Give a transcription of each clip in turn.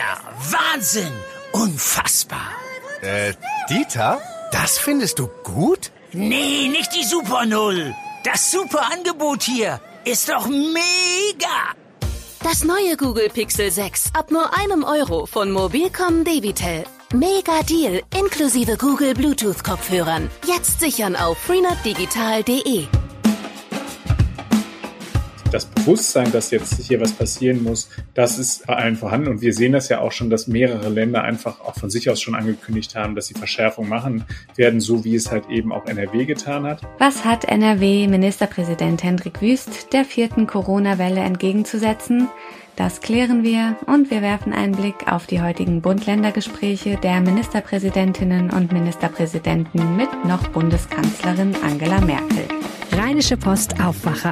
Mega! Wahnsinn! Unfassbar! Dieter? Das findest du gut? Nee, nicht die Super Null. Das super Angebot hier ist doch mega! Das neue Google Pixel 6 ab nur €1 von Mobilcom Debitel. Mega Deal inklusive Google Bluetooth Kopfhörern. Jetzt sichern auf freenotdigital.de. Das Bewusstsein, dass jetzt hier was passieren muss, das ist bei allen vorhanden. Und wir sehen das ja auch schon, dass mehrere Länder einfach auch von sich aus schon angekündigt haben, dass sie Verschärfung machen werden, so wie es halt eben auch NRW getan hat. Was hat NRW-Ministerpräsident Hendrik Wüst der 4. Corona-Welle entgegenzusetzen? Das klären wir und wir werfen einen Blick auf die heutigen Bund-Länder-Gespräche der Ministerpräsidentinnen und Ministerpräsidenten mit noch Bundeskanzlerin Angela Merkel. Rheinische Post Aufwacher.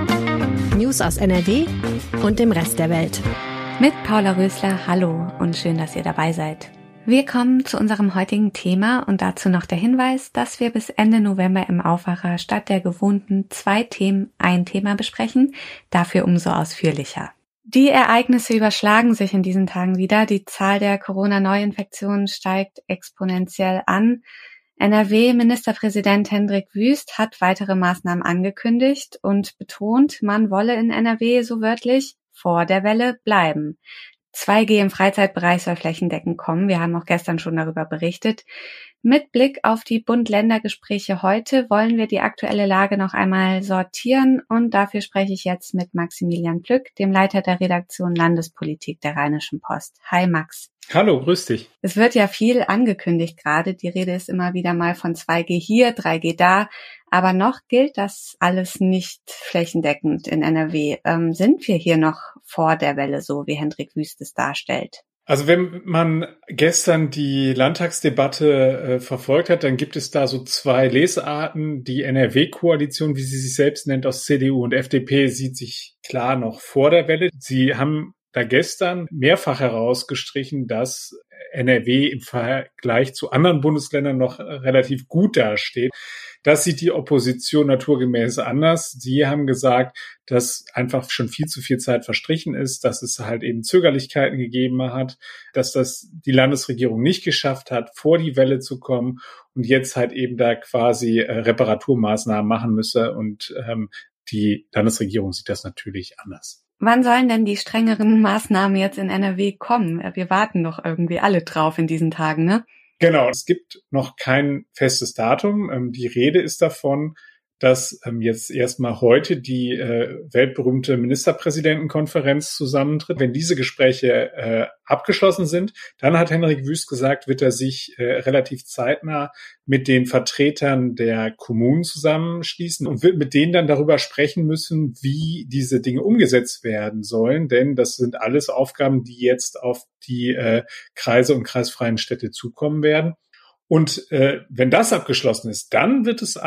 News aus NRW und dem Rest der Welt. Mit Paula Rösler, hallo und schön, dass ihr dabei seid. Wir kommen zu unserem heutigen Thema und dazu noch der Hinweis, dass wir bis Ende November im Aufwacher statt der gewohnten 2 Themen ein Thema besprechen, dafür umso ausführlicher. Die Ereignisse überschlagen sich in diesen Tagen wieder. Die Zahl der Corona-Neuinfektionen steigt exponentiell an. NRW-Ministerpräsident Hendrik Wüst hat weitere Maßnahmen angekündigt und betont, man wolle in NRW so wörtlich vor der Welle bleiben. 2G im Freizeitbereich soll flächendeckend kommen. Wir haben auch gestern schon darüber berichtet. Mit Blick auf die Bund-Länder-Gespräche heute wollen wir die aktuelle Lage noch einmal sortieren und dafür spreche ich jetzt mit Maximilian Plück, dem Leiter der Redaktion Landespolitik der Rheinischen Post. Hi Max. Hallo, grüß dich. Es wird ja viel angekündigt gerade. Die Rede ist immer wieder mal von 2G hier, 3G da. Aber noch gilt das alles nicht flächendeckend in NRW. Sind wir hier noch vor der Welle, so wie Hendrik Wüst es darstellt? Also wenn man gestern die Landtagsdebatte verfolgt hat, dann gibt es da so 2 Lesarten. Die NRW-Koalition, wie sie sich selbst nennt, aus CDU und FDP, sieht sich klar noch vor der Welle. Sie haben da gestern mehrfach herausgestrichen, dass NRW im Vergleich zu anderen Bundesländern noch relativ gut dasteht. Das sieht die Opposition naturgemäß anders. Die haben gesagt, dass einfach schon viel zu viel Zeit verstrichen ist, dass es halt eben Zögerlichkeiten gegeben hat, dass das die Landesregierung nicht geschafft hat, vor die Welle zu kommen und jetzt halt eben da quasi Reparaturmaßnahmen machen müsse. Und die Landesregierung sieht das natürlich anders. Wann sollen denn die strengeren Maßnahmen jetzt in NRW kommen? Wir warten doch irgendwie alle drauf in diesen Tagen, ne? Genau, es gibt noch kein festes Datum. Die Rede ist davon, dass jetzt erstmal heute die weltberühmte Ministerpräsidentenkonferenz zusammentritt. Wenn diese Gespräche abgeschlossen sind, dann hat Hendrik Wüst gesagt, wird er sich relativ zeitnah mit den Vertretern der Kommunen zusammenschließen und wird mit denen dann darüber sprechen müssen, wie diese Dinge umgesetzt werden sollen. Denn das sind alles Aufgaben, die jetzt auf die Kreise und kreisfreien Städte zukommen werden. Und wenn das abgeschlossen ist, dann wird es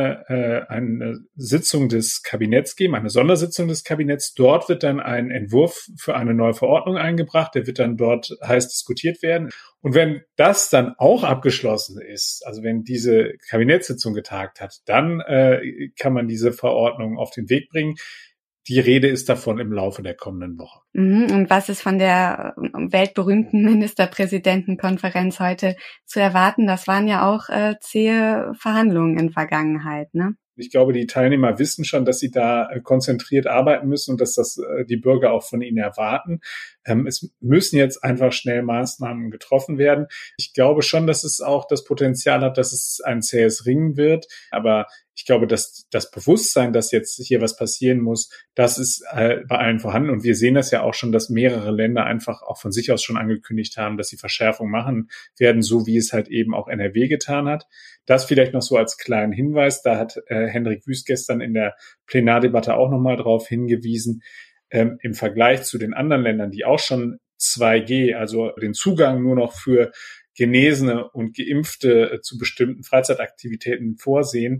eine Sitzung des Kabinetts geben, eine Sondersitzung des Kabinetts. Dort wird dann ein Entwurf für eine neue Verordnung eingebracht. Der wird dann dort heiß diskutiert werden. Und wenn das dann auch abgeschlossen ist, also wenn diese Kabinettssitzung getagt hat, dann kann man diese Verordnung auf den Weg bringen. Die Rede ist davon im Laufe der kommenden Woche. Und was ist von der weltberühmten Ministerpräsidentenkonferenz heute zu erwarten? Das waren ja auch zähe Verhandlungen in Vergangenheit, ne? Ich glaube, die Teilnehmer wissen schon, dass sie da konzentriert arbeiten müssen und dass das die Bürger auch von ihnen erwarten. Es müssen jetzt einfach schnell Maßnahmen getroffen werden. Ich glaube schon, dass es auch das Potenzial hat, dass es ein zähes Ringen wird. Aber ich glaube, dass das Bewusstsein, dass jetzt hier was passieren muss, das ist bei allen vorhanden. Und wir sehen das ja auch schon, dass mehrere Länder einfach auch von sich aus schon angekündigt haben, dass sie Verschärfung machen werden, so wie es halt eben auch NRW getan hat. Das vielleicht noch so als kleinen Hinweis. Da hat Hendrik Wüst gestern in der Plenardebatte auch nochmal drauf hingewiesen. Im Vergleich zu den anderen Ländern, die auch schon 2G, also den Zugang nur noch für Genesene und Geimpfte zu bestimmten Freizeitaktivitäten vorsehen,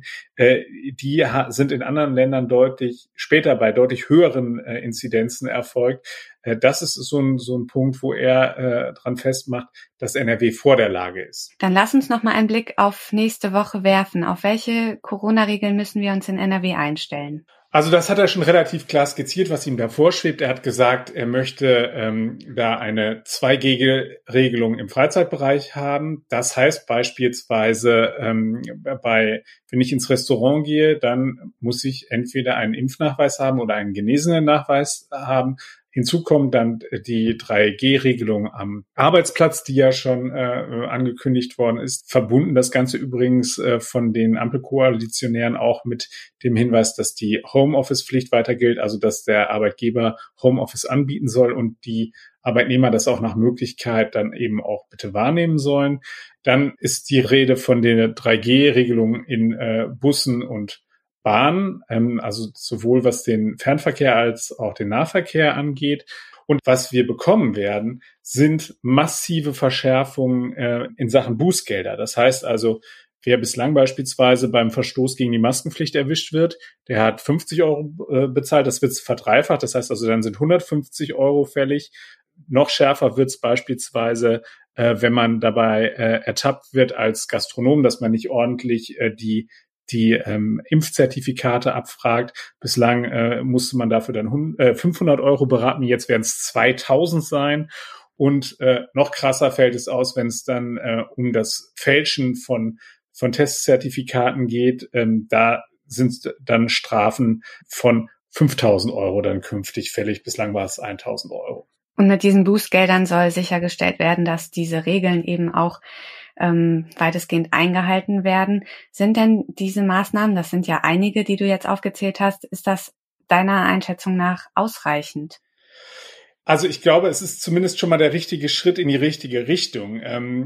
die sind in anderen Ländern deutlich später bei deutlich höheren Inzidenzen erfolgt. Das ist so ein Punkt, wo er dran festmacht, dass NRW vor der Lage ist. Dann lass uns noch mal einen Blick auf nächste Woche werfen. Auf welche Corona-Regeln müssen wir uns in NRW einstellen? Also das hat er schon relativ klar skizziert, was ihm da vorschwebt. Er hat gesagt, er möchte da eine 2G-Regelung im Freizeitbereich haben. Das heißt beispielsweise, wenn ich ins Restaurant gehe, dann muss ich entweder einen Impfnachweis haben oder einen genesenen Nachweis haben. Hinzu kommt dann die 3G-Regelung am Arbeitsplatz, die ja schon angekündigt worden ist. Verbunden das Ganze übrigens von den Ampelkoalitionären auch mit dem Hinweis, dass die Homeoffice-Pflicht weiter gilt, also dass der Arbeitgeber Homeoffice anbieten soll und die Arbeitnehmer das auch nach Möglichkeit dann eben auch bitte wahrnehmen sollen. Dann ist die Rede von der 3G-Regelung in Bussen und Bahn, also sowohl was den Fernverkehr als auch den Nahverkehr angeht. Und was wir bekommen werden, sind massive Verschärfungen in Sachen Bußgelder. Das heißt also, wer bislang beispielsweise beim Verstoß gegen die Maskenpflicht erwischt wird, der hat 50 € bezahlt, das wird verdreifacht. Das heißt also, dann sind 150 € fällig. Noch schärfer wird es beispielsweise, wenn man dabei ertappt wird als Gastronom, dass man nicht ordentlich die Impfzertifikate abfragt. Bislang musste man dafür dann 500 € beraten, jetzt werden es 2000 sein. Und noch krasser fällt es aus, wenn es dann um das Fälschen von Testzertifikaten geht. Da sind dann Strafen von 5.000 € dann künftig fällig. Bislang war es 1.000 €. Und mit diesen Bußgeldern soll sichergestellt werden, dass diese Regeln eben auch weitestgehend eingehalten werden. Sind denn diese Maßnahmen, das sind ja einige, die du jetzt aufgezählt hast, ist das deiner Einschätzung nach ausreichend? Also ich glaube, es ist zumindest schon mal der richtige Schritt in die richtige Richtung.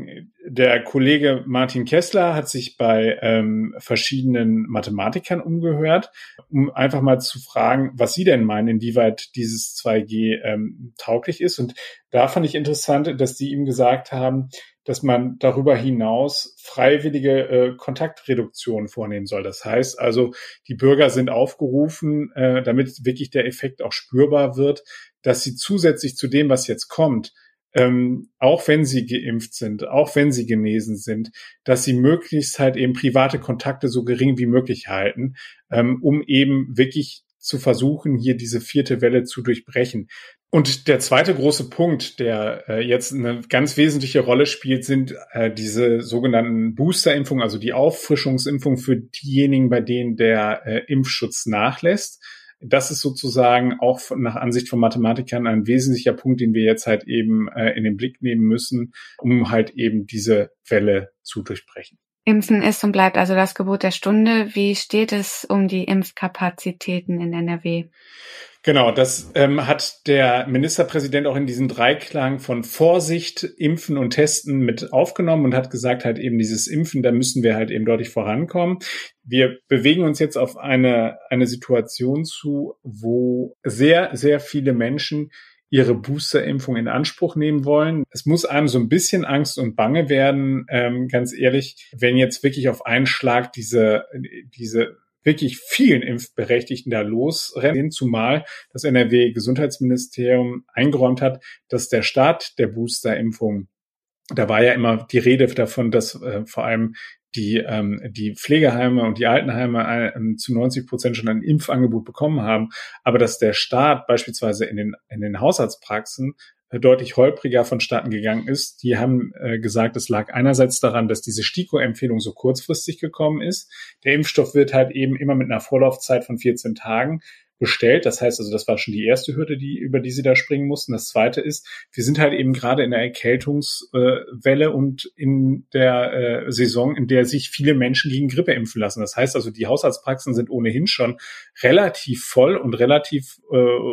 Der Kollege Martin Kessler hat sich bei verschiedenen Mathematikern umgehört, um einfach mal zu fragen, was sie denn meinen, inwieweit dieses 2G tauglich ist. Und da fand ich interessant, dass die ihm gesagt haben, dass man darüber hinaus freiwillige Kontaktreduktion vornehmen soll. Das heißt also, die Bürger sind aufgerufen, damit wirklich der Effekt auch spürbar wird, dass sie zusätzlich zu dem, was jetzt kommt, auch wenn sie geimpft sind, auch wenn sie genesen sind, dass sie möglichst halt eben private Kontakte so gering wie möglich halten, um eben wirklich zu versuchen, hier diese 4. Welle zu durchbrechen. Und der zweite große Punkt, der jetzt eine ganz wesentliche Rolle spielt, sind diese sogenannten Boosterimpfungen, also die Auffrischungsimpfung für diejenigen, bei denen der Impfschutz nachlässt. Das ist sozusagen auch nach Ansicht von Mathematikern ein wesentlicher Punkt, den wir jetzt halt eben in den Blick nehmen müssen, um halt eben diese Welle zu durchbrechen. Impfen ist und bleibt also das Gebot der Stunde. Wie steht es um die Impfkapazitäten in NRW? Genau, das hat der Ministerpräsident auch in diesen Dreiklang von Vorsicht, Impfen und Testen mit aufgenommen und hat gesagt, halt eben dieses Impfen, da müssen wir halt eben deutlich vorankommen. Wir bewegen uns jetzt auf eine Situation zu, wo sehr, sehr viele Menschen ihre Boosterimpfung in Anspruch nehmen wollen. Es muss einem so ein bisschen Angst und Bange werden, ganz ehrlich, wenn jetzt wirklich auf einen Schlag diese wirklich vielen Impfberechtigten da losrennen, zumal das NRW-Gesundheitsministerium eingeräumt hat, dass der Start der Boosterimpfung, da war ja immer die Rede davon, dass vor allem die Pflegeheime und die Altenheime zu 90% schon ein Impfangebot bekommen haben, aber dass der Start beispielsweise in den Hausarztpraxen deutlich holpriger vonstatten gegangen ist. Die haben gesagt, es lag einerseits daran, dass diese STIKO-Empfehlung so kurzfristig gekommen ist. Der Impfstoff wird halt eben immer mit einer Vorlaufzeit von 14 Tagen bestellt. Das heißt also, das war schon die erste Hürde, über die sie da springen mussten. Das zweite ist, wir sind halt eben gerade in der Erkältungswelle und in der Saison, in der sich viele Menschen gegen Grippe impfen lassen. Das heißt also, die Hausarztpraxen sind ohnehin schon relativ voll und relativ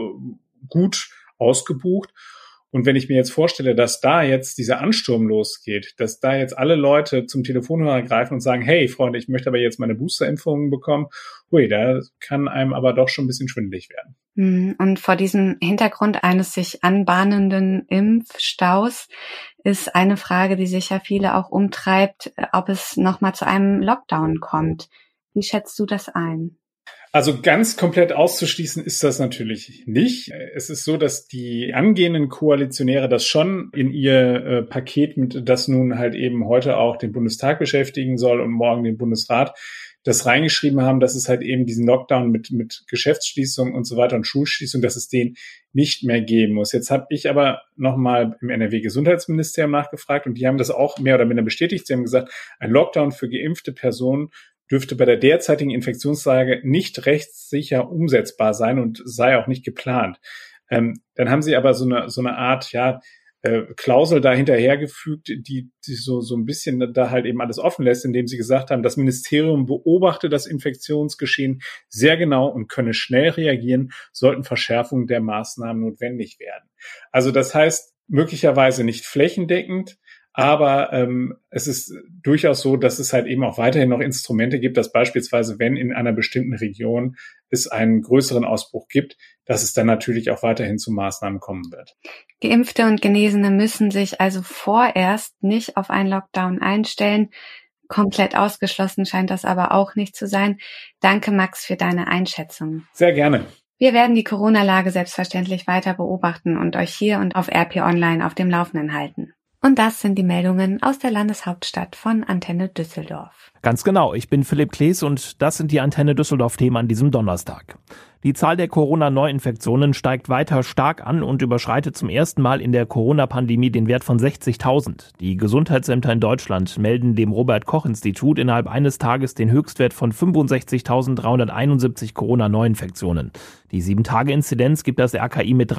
gut ausgebucht. Und wenn ich mir jetzt vorstelle, dass da jetzt dieser Ansturm losgeht, dass da jetzt alle Leute zum Telefonhörer greifen und sagen, hey Freunde, ich möchte aber jetzt meine Boosterimpfungen bekommen, da kann einem aber doch schon ein bisschen schwindelig werden. Und vor diesem Hintergrund eines sich anbahnenden Impfstaus ist eine Frage, die sicher viele auch umtreibt, ob es nochmal zu einem Lockdown kommt. Wie schätzt du das ein? Also ganz komplett auszuschließen ist das natürlich nicht. Es ist so, dass die angehenden Koalitionäre das schon in ihr Paket, mit das nun halt eben heute auch den Bundestag beschäftigen soll und morgen den Bundesrat, das reingeschrieben haben, dass es halt eben diesen Lockdown mit Geschäftsschließungen und so weiter und Schulschließungen, dass es den nicht mehr geben muss. Jetzt habe ich aber nochmal im NRW-Gesundheitsministerium nachgefragt und die haben das auch mehr oder minder bestätigt. Sie haben gesagt, ein Lockdown für geimpfte Personen dürfte bei der derzeitigen Infektionslage nicht rechtssicher umsetzbar sein und sei auch nicht geplant. Dann haben sie aber so eine Art, Klausel da hinterhergefügt, die so ein bisschen da halt eben alles offen lässt, indem sie gesagt haben, das Ministerium beobachte das Infektionsgeschehen sehr genau und könne schnell reagieren, sollten Verschärfungen der Maßnahmen notwendig werden. Also das heißt, möglicherweise nicht flächendeckend, aber es ist durchaus so, dass es halt eben auch weiterhin noch Instrumente gibt, dass beispielsweise, wenn in einer bestimmten Region es einen größeren Ausbruch gibt, dass es dann natürlich auch weiterhin zu Maßnahmen kommen wird. Geimpfte und Genesene müssen sich also vorerst nicht auf einen Lockdown einstellen. Komplett ausgeschlossen scheint das aber auch nicht zu sein. Danke, Max, für deine Einschätzung. Sehr gerne. Wir werden die Corona-Lage selbstverständlich weiter beobachten und euch hier und auf RP Online auf dem Laufenden halten. Und das sind die Meldungen aus der Landeshauptstadt von Antenne Düsseldorf. Ganz genau, ich bin Philipp Klees und das sind die Antenne Düsseldorf-Themen an diesem Donnerstag. Die Zahl der Corona-Neuinfektionen steigt weiter stark an und überschreitet zum ersten Mal in der Corona-Pandemie den Wert von 60.000. Die Gesundheitsämter in Deutschland melden dem Robert-Koch-Institut innerhalb eines Tages den Höchstwert von 65.371 Corona-Neuinfektionen. Die 7-Tage-Inzidenz gibt das RKI mit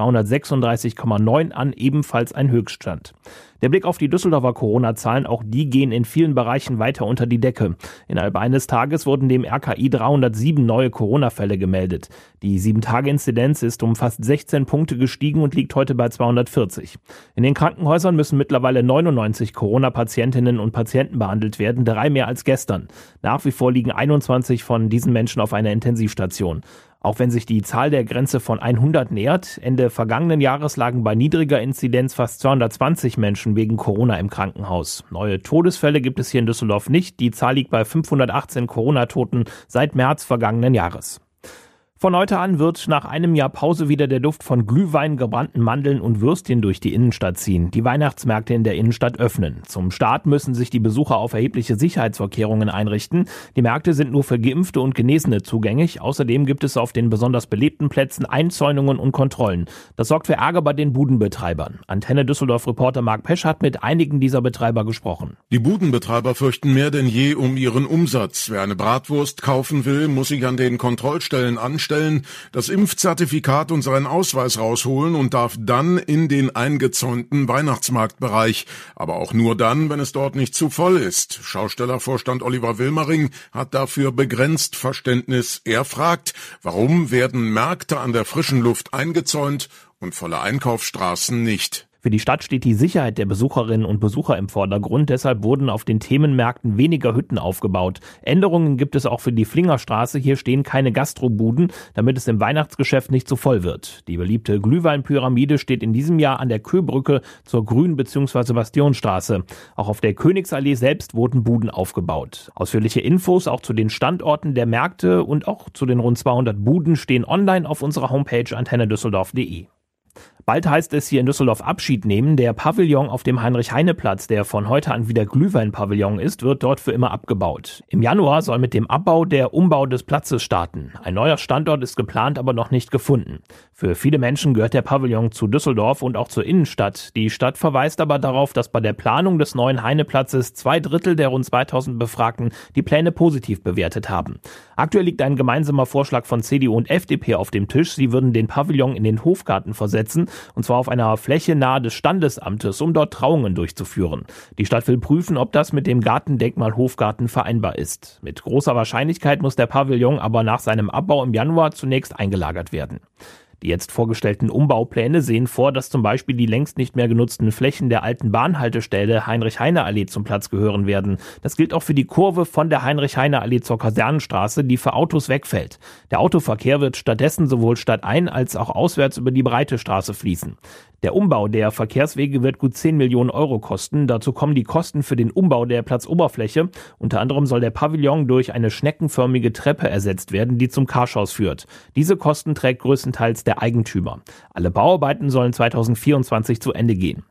336,9 an, ebenfalls ein Höchststand. Der Blick auf die Düsseldorfer Corona-Zahlen, auch die gehen in vielen Bereichen weiter unter die Decke. Innerhalb eines Tages wurden dem RKI 307 neue Corona-Fälle gemeldet. Die 7-Tage-Inzidenz ist um fast 16 Punkte gestiegen und liegt heute bei 240. In den Krankenhäusern müssen mittlerweile 99 Corona-Patientinnen und Patienten behandelt werden, 3 mehr als gestern. Nach wie vor liegen 21 von diesen Menschen auf einer Intensivstation. Auch wenn sich die Zahl der Grenze von 100 nähert, Ende vergangenen Jahres lagen bei niedriger Inzidenz fast 220 Menschen wegen Corona im Krankenhaus. Neue Todesfälle gibt es hier in Düsseldorf nicht. Die Zahl liegt bei 518 Corona-Toten seit März vergangenen Jahres. Von heute an wird nach einem Jahr Pause wieder der Duft von Glühwein, gebrannten Mandeln und Würstchen durch die Innenstadt ziehen. Die Weihnachtsmärkte in der Innenstadt öffnen. Zum Start müssen sich die Besucher auf erhebliche Sicherheitsvorkehrungen einrichten. Die Märkte sind nur für Geimpfte und Genesene zugänglich. Außerdem gibt es auf den besonders belebten Plätzen Einzäunungen und Kontrollen. Das sorgt für Ärger bei den Budenbetreibern. Antenne Düsseldorf-Reporter Marc Pesch hat mit einigen dieser Betreiber gesprochen. Die Budenbetreiber fürchten mehr denn je um ihren Umsatz. Wer eine Bratwurst kaufen will, muss sich an den Kontrollstellen anstellen, das Impfzertifikat und seinen Ausweis rausholen und darf dann in den eingezäunten Weihnachtsmarktbereich. Aber auch nur dann, wenn es dort nicht zu voll ist. Schaustellervorstand Oliver Wilmering hat dafür begrenzt Verständnis. Er fragt, warum werden Märkte an der frischen Luft eingezäunt und volle Einkaufsstraßen nicht? Für die Stadt steht die Sicherheit der Besucherinnen und Besucher im Vordergrund. Deshalb wurden auf den Themenmärkten weniger Hütten aufgebaut. Änderungen gibt es auch für die Flingerstraße. Hier stehen keine Gastrobuden, damit es im Weihnachtsgeschäft nicht zu voll wird. Die beliebte Glühweinpyramide steht in diesem Jahr an der Köbrücke zur Grün- bzw. Bastionstraße. Auch auf der Königsallee selbst wurden Buden aufgebaut. Ausführliche Infos auch zu den Standorten der Märkte und auch zu den rund 200 Buden stehen online auf unserer Homepage antennedüsseldorf.de. Bald heißt es hier in Düsseldorf Abschied nehmen. Der Pavillon auf dem Heinrich-Heine-Platz, der von heute an wieder Glühwein-Pavillon ist, wird dort für immer abgebaut. Im Januar soll mit dem Abbau der Umbau des Platzes starten. Ein neuer Standort ist geplant, aber noch nicht gefunden. Für viele Menschen gehört der Pavillon zu Düsseldorf und auch zur Innenstadt. Die Stadt verweist aber darauf, dass bei der Planung des neuen Heine-Platzes 2/3 der rund 2000 Befragten die Pläne positiv bewertet haben. Aktuell liegt ein gemeinsamer Vorschlag von CDU und FDP auf dem Tisch. Sie würden den Pavillon in den Hofgarten versetzen, und zwar auf einer Fläche nahe des Standesamtes, um dort Trauungen durchzuführen. Die Stadt will prüfen, ob das mit dem Gartendenkmal Hofgarten vereinbar ist. Mit großer Wahrscheinlichkeit muss der Pavillon aber nach seinem Abbau im Januar zunächst eingelagert werden. Die jetzt vorgestellten Umbaupläne sehen vor, dass zum Beispiel die längst nicht mehr genutzten Flächen der alten Bahnhaltestelle Heinrich-Heine-Allee zum Platz gehören werden. Das gilt auch für die Kurve von der Heinrich-Heine-Allee zur Kasernenstraße, die für Autos wegfällt. Der Autoverkehr wird stattdessen sowohl stadtein als auch auswärts über die breite Straße fließen. Der Umbau der Verkehrswege wird gut 10 Millionen Euro kosten. Dazu kommen die Kosten für den Umbau der Platzoberfläche. Unter anderem soll der Pavillon durch eine schneckenförmige Treppe ersetzt werden, die zum Karschhaus führt. Diese Kosten trägt größtenteils der Eigentümer. Alle Bauarbeiten sollen 2024 zu Ende gehen.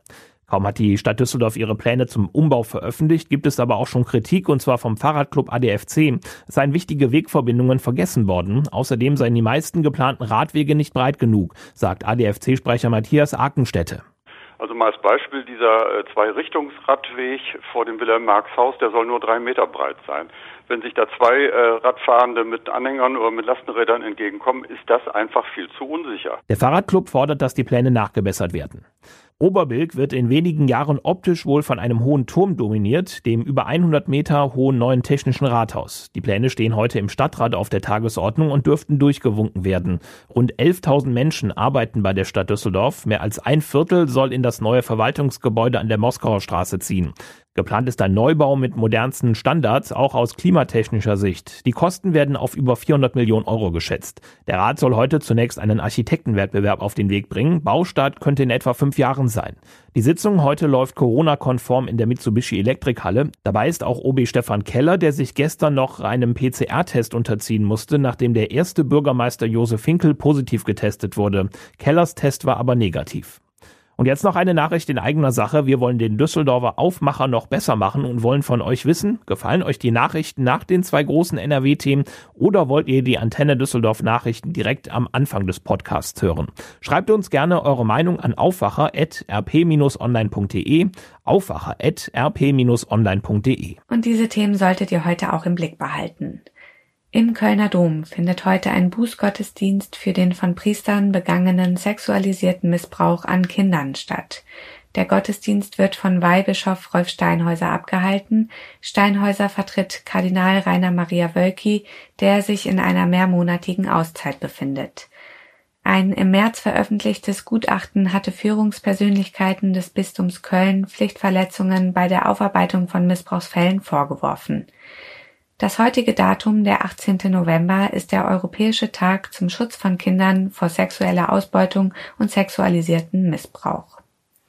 Kaum hat die Stadt Düsseldorf ihre Pläne zum Umbau veröffentlicht, gibt es aber auch schon Kritik, und zwar vom Fahrradclub ADFC. Es seien wichtige Wegverbindungen vergessen worden. Außerdem seien die meisten geplanten Radwege nicht breit genug, sagt ADFC-Sprecher Matthias Arkenstätte. Also mal als Beispiel, dieser Zwei-Richtungsradweg vor dem Wilhelm-Marx-Haus, der soll nur 3 Meter breit sein. Wenn sich da 2 Radfahrende mit Anhängern oder mit Lastenrädern entgegenkommen, ist das einfach viel zu unsicher. Der Fahrradclub fordert, dass die Pläne nachgebessert werden. Oberbilk wird in wenigen Jahren optisch wohl von einem hohen Turm dominiert, dem über 100 Meter hohen neuen Technischen Rathaus. Die Pläne stehen heute im Stadtrat auf der Tagesordnung und dürften durchgewunken werden. Rund 11.000 Menschen arbeiten bei der Stadt Düsseldorf. Mehr als 1/4 soll in das neue Verwaltungsgebäude an der Moskauer Straße ziehen. Geplant ist ein Neubau mit modernsten Standards, auch aus klimatechnischer Sicht. Die Kosten werden auf über 400 Millionen Euro geschätzt. Der Rat soll heute zunächst einen Architektenwettbewerb auf den Weg bringen. Baustart könnte in etwa 5 Jahren sein. Die Sitzung heute läuft Corona-konform in der Mitsubishi Elektrikhalle. Dabei ist auch OB Stefan Keller, der sich gestern noch einem PCR-Test unterziehen musste, nachdem der erste Bürgermeister Josef Hinkel positiv getestet wurde. Kellers Test war aber negativ. Und jetzt noch eine Nachricht in eigener Sache. Wir wollen den Düsseldorfer Aufmacher noch besser machen und wollen von euch wissen, gefallen euch die Nachrichten nach den 2 großen NRW-Themen oder wollt ihr die Antenne Düsseldorf Nachrichten direkt am Anfang des Podcasts hören? Schreibt uns gerne eure Meinung an aufwacher@rp-online.de, aufwacher@rp-online.de. Und diese Themen solltet ihr heute auch im Blick behalten. Im Kölner Dom findet heute ein Bußgottesdienst für den von Priestern begangenen sexualisierten Missbrauch an Kindern statt. Der Gottesdienst wird von Weihbischof Rolf Steinhäuser abgehalten. Steinhäuser vertritt Kardinal Rainer Maria Wölki, der sich in einer mehrmonatigen Auszeit befindet. Ein im März veröffentlichtes Gutachten hatte Führungspersönlichkeiten des Bistums Köln Pflichtverletzungen bei der Aufarbeitung von Missbrauchsfällen vorgeworfen. Das heutige Datum, der 18. November, ist der Europäische Tag zum Schutz von Kindern vor sexueller Ausbeutung und sexualisierten Missbrauch.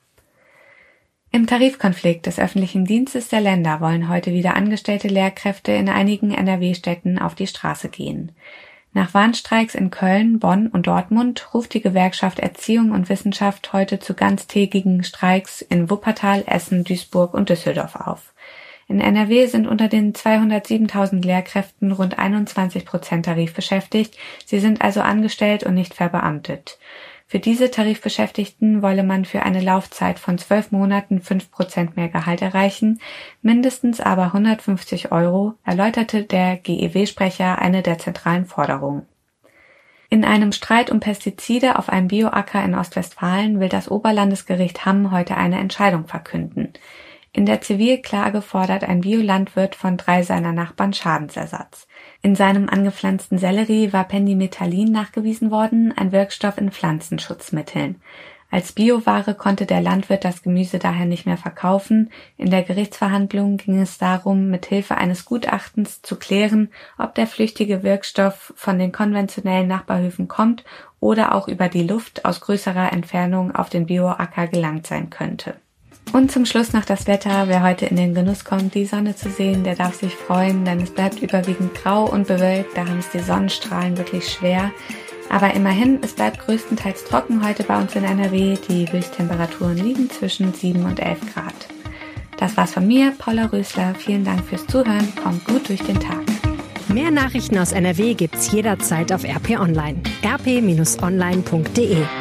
Im Tarifkonflikt des öffentlichen Dienstes der Länder wollen heute wieder angestellte Lehrkräfte in einigen NRW-Städten auf die Straße gehen. Nach Warnstreiks in Köln, Bonn und Dortmund ruft die Gewerkschaft Erziehung und Wissenschaft heute zu ganztägigen Streiks in Wuppertal, Essen, Duisburg und Düsseldorf auf. In NRW sind unter den 207.000 Lehrkräften rund 21% tarifbeschäftigt. Sie sind also angestellt und nicht verbeamtet. Für diese Tarifbeschäftigten wolle man für eine Laufzeit von 12 Monaten 5% mehr Gehalt erreichen, mindestens aber 150 €, erläuterte der GEW-Sprecher eine der zentralen Forderungen. In einem Streit um Pestizide auf einem Bioacker in Ostwestfalen will das Oberlandesgericht Hamm heute eine Entscheidung verkünden. In der Zivilklage fordert ein Biolandwirt von 3 seiner Nachbarn Schadensersatz. In seinem angepflanzten Sellerie war Pendimethalin nachgewiesen worden, ein Wirkstoff in Pflanzenschutzmitteln. Als Bioware konnte der Landwirt das Gemüse daher nicht mehr verkaufen. In der Gerichtsverhandlung ging es darum, mit Hilfe eines Gutachtens zu klären, ob der flüchtige Wirkstoff von den konventionellen Nachbarhöfen kommt oder auch über die Luft aus größerer Entfernung auf den Bioacker gelangt sein könnte. Und zum Schluss noch das Wetter. Wer heute in den Genuss kommt, die Sonne zu sehen, der darf sich freuen, denn es bleibt überwiegend grau und bewölkt. Da haben es die Sonnenstrahlen wirklich schwer. Aber immerhin, es bleibt größtenteils trocken heute bei uns in NRW. Die Höchsttemperaturen liegen zwischen 7 und 11 Grad. Das war's von mir, Paula Rösler. Vielen Dank fürs Zuhören. Kommt gut durch den Tag. Mehr Nachrichten aus NRW gibt's jederzeit auf RP Online. rp-online.de